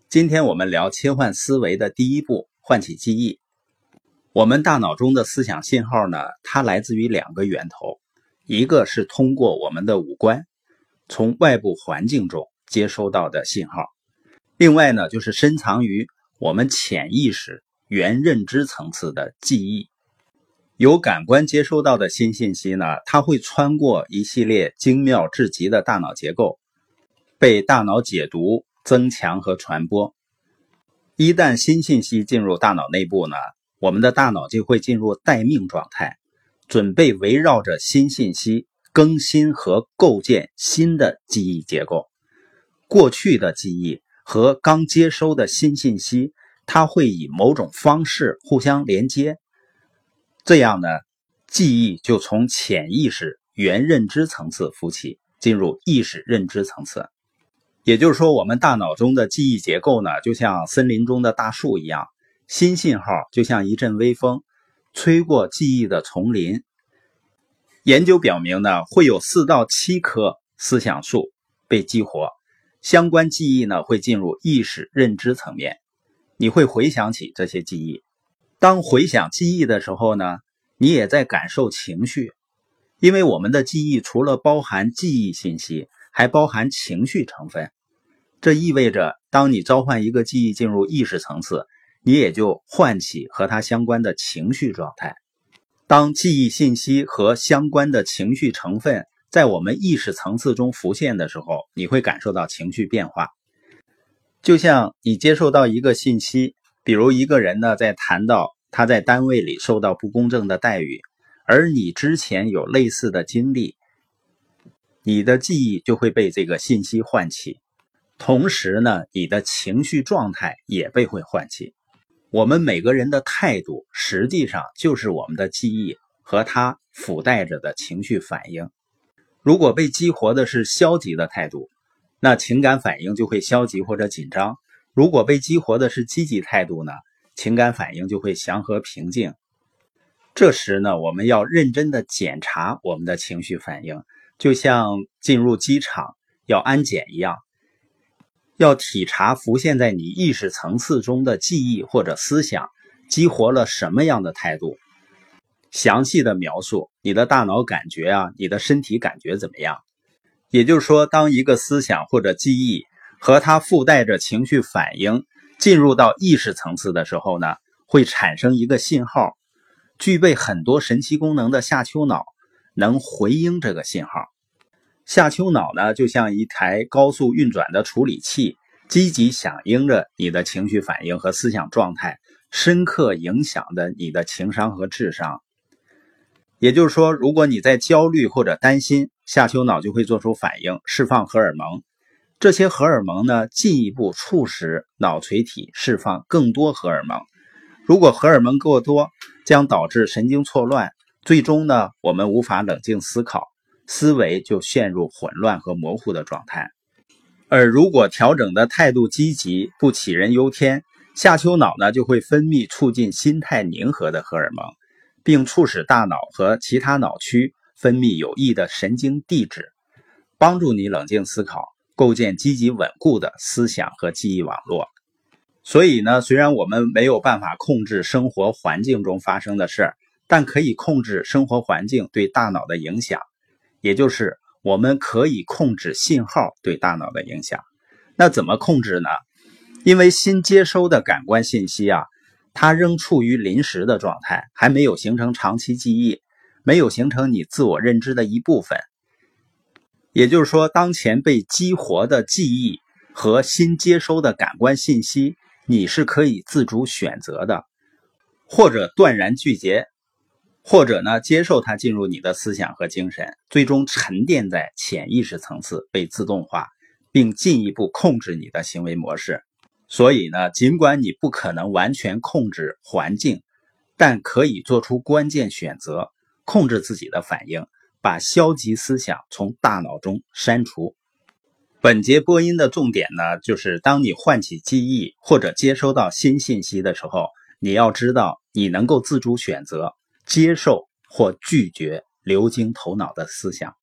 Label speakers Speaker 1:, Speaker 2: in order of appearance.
Speaker 1: 今天我们聊切换思维的第一步，唤起记忆。我们大脑中的思想信号呢，它来自于两个源头，一个是通过我们的五官，从外部环境中接收到的信号，另外呢，就是深藏于我们潜意识原认知层次的记忆。由感官接收到的新信息呢，它会穿过一系列精妙至极的大脑结构，被大脑解读、增强和传播。一旦新信息进入大脑内部呢，我们的大脑就会进入待命状态，准备围绕着新信息更新和构建新的记忆结构。过去的记忆和刚接收的新信息，它会以某种方式互相连接，这样呢，记忆就从潜意识原认知层次浮起，进入意识认知层次。也就是说，我们大脑中的记忆结构呢，就像森林中的大树一样，新信号就像一阵微风，吹过记忆的丛林。研究表明呢，会有4到7棵思想树被激活，相关记忆呢会进入意识认知层面，你会回想起这些记忆。当回想记忆的时候呢，你也在感受情绪，因为我们的记忆除了包含记忆信息，还包含情绪成分。这意味着当你召唤一个记忆进入意识层次，你也就唤起和它相关的情绪状态。当记忆信息和相关的情绪成分在我们意识层次中浮现的时候，你会感受到情绪变化。就像你接受到一个信息，比如一个人呢在谈到他在单位里受到不公正的待遇，而你之前有类似的经历，你的记忆就会被这个信息唤起，同时呢，你的情绪状态也被会唤起。我们每个人的态度实际上就是我们的记忆和它附带着的情绪反应。如果被激活的是消极的态度，那情感反应就会消极或者紧张；如果被激活的是积极态度呢，情感反应就会祥和平静。这时呢，我们要认真的检查我们的情绪反应，就像进入机场要安检一样，要体察浮现在你意识层次中的记忆或者思想激活了什么样的态度，详细的描述你的大脑感觉啊，你的身体感觉怎么样。也就是说，当一个思想或者记忆和它附带着情绪反应进入到意识层次的时候呢，会产生一个信号，具备很多神奇功能的下丘脑能回应这个信号。下丘脑呢，就像一台高速运转的处理器，积极响应着你的情绪反应和思想状态，深刻影响着你的情商和智商。也就是说，如果你在焦虑或者担心，下丘脑就会做出反应，释放荷尔蒙。这些荷尔蒙呢，进一步促使脑垂体释放更多荷尔蒙。如果荷尔蒙过多，将导致神经错乱，最终呢，我们无法冷静思考，思维就陷入混乱和模糊的状态。而如果调整的态度积极，不杞人忧天，下丘脑呢就会分泌促进心态宁和的荷尔蒙，并促使大脑和其他脑区分泌有益的神经递质，帮助你冷静思考，构建积极稳固的思想和记忆网络。所以呢，虽然我们没有办法控制生活环境中发生的事，但可以控制生活环境对大脑的影响，也就是我们可以控制信号对大脑的影响。那怎么控制呢？因为新接收的感官信息啊，它仍处于临时的状态，还没有形成长期记忆，没有形成你自我认知的一部分。也就是说，当前被激活的记忆和新接收的感官信息，你是可以自主选择的，或者断然拒绝，或者呢接受它进入你的思想和精神，最终沉淀在潜意识层次被自动化，并进一步控制你的行为模式。所以呢，尽管你不可能完全控制环境，但可以做出关键选择，控制自己的反应，把消极思想从大脑中删除。本节播音的重点呢，就是当你唤起记忆或者接收到新信息的时候，你要知道你能够自主选择接受或拒绝流经头脑的思想。